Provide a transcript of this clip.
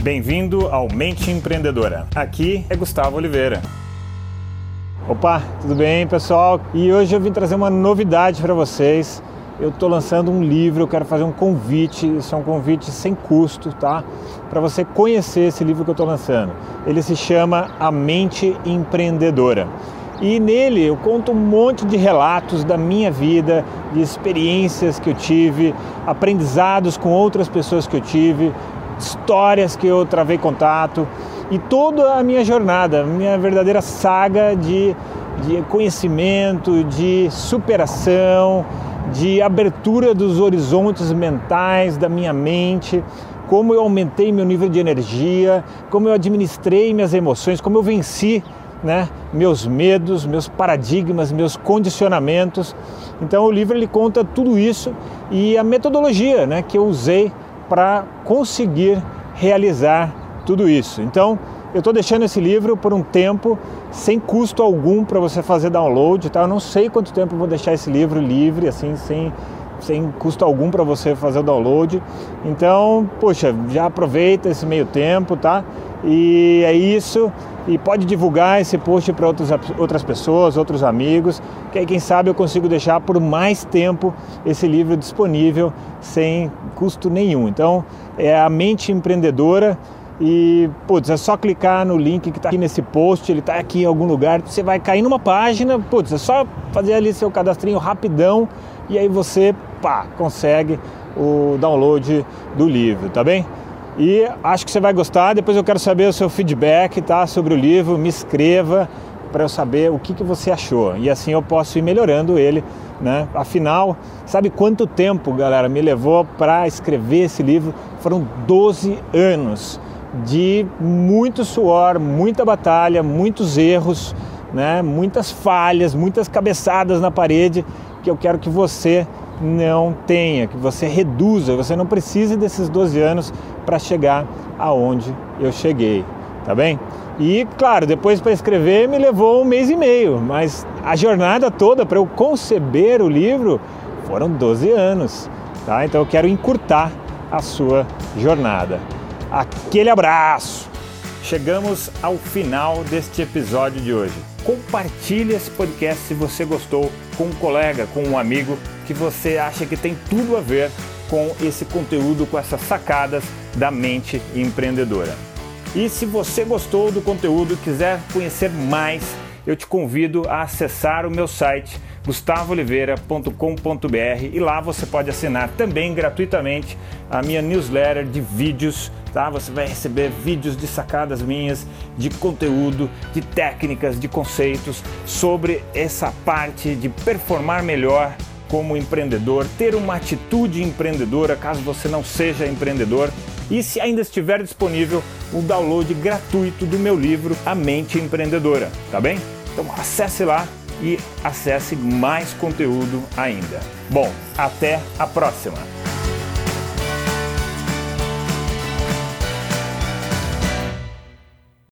Bem-vindo ao Mente Empreendedora. Aqui é Gustavo Oliveira. Opa, tudo bem, pessoal? E hoje eu vim trazer uma novidade para vocês. Eu estou lançando um livro, eu quero fazer um convite, isso é um convite sem custo, tá? Para você conhecer esse livro que eu estou lançando. Ele se chama A Mente Empreendedora. E nele eu conto um monte de relatos da minha vida, de experiências que eu tive, aprendizados com outras pessoas que eu tive, histórias que eu travei contato e toda a minha jornada, a minha verdadeira saga de conhecimento, de superação, de abertura dos horizontes mentais da minha mente, como eu aumentei meu nível de energia, como eu administrei minhas emoções, como eu venci, meus medos, meus paradigmas, meus condicionamentos. Então o livro ele conta tudo isso e a metodologia que eu usei para conseguir realizar tudo isso. Então eu estou deixando esse livro por um tempo, sem custo algum para você fazer download, tá? Eu não sei quanto tempo eu vou deixar esse livro livre, assim, sem custo algum para você fazer o download. Então, poxa, já aproveita esse meio tempo, tá? E é isso. E pode divulgar esse post para outras pessoas, outros amigos, que aí quem sabe eu consigo deixar por mais tempo esse livro disponível sem custo nenhum. Então, é A Mente Empreendedora. E, é só clicar no link que está aqui nesse post, ele está aqui em algum lugar, você vai cair numa página, é só fazer ali seu cadastrinho rapidão e aí você, consegue o download do livro, tá bem? E acho que você vai gostar, depois eu quero saber o seu feedback, tá, sobre o livro, me escreva para eu saber o que você achou e assim eu posso ir melhorando ele, Afinal, sabe quanto tempo, galera, me levou para escrever esse livro? Foram 12 anos. De muito suor, muita batalha, muitos erros, muitas falhas, muitas cabeçadas na parede que eu quero que você não tenha, que você reduza, você não precise desses 12 anos para chegar aonde eu cheguei, tá bem? E claro, depois para escrever me levou 1 mês e meio, mas a jornada toda para eu conceber o livro foram 12 anos, tá? Então eu quero encurtar a sua jornada. Aquele abraço! Chegamos ao final deste episódio de hoje. Compartilhe esse podcast se você gostou com um colega, com um amigo que você acha que tem tudo a ver com esse conteúdo, com essas sacadas da mente empreendedora. E se você gostou do conteúdo e quiser conhecer mais, eu te convido a acessar o meu site gustavooliveira.com.br e lá você pode assinar também gratuitamente a minha newsletter de vídeos, tá? Você vai receber vídeos de sacadas minhas, de conteúdo, de técnicas, de conceitos sobre essa parte de performar melhor como empreendedor, ter uma atitude empreendedora caso você não seja empreendedor. E se ainda estiver disponível o download gratuito do meu livro A Mente Empreendedora, tá bem? Então acesse lá e acesse mais conteúdo ainda. Bom, até a próxima!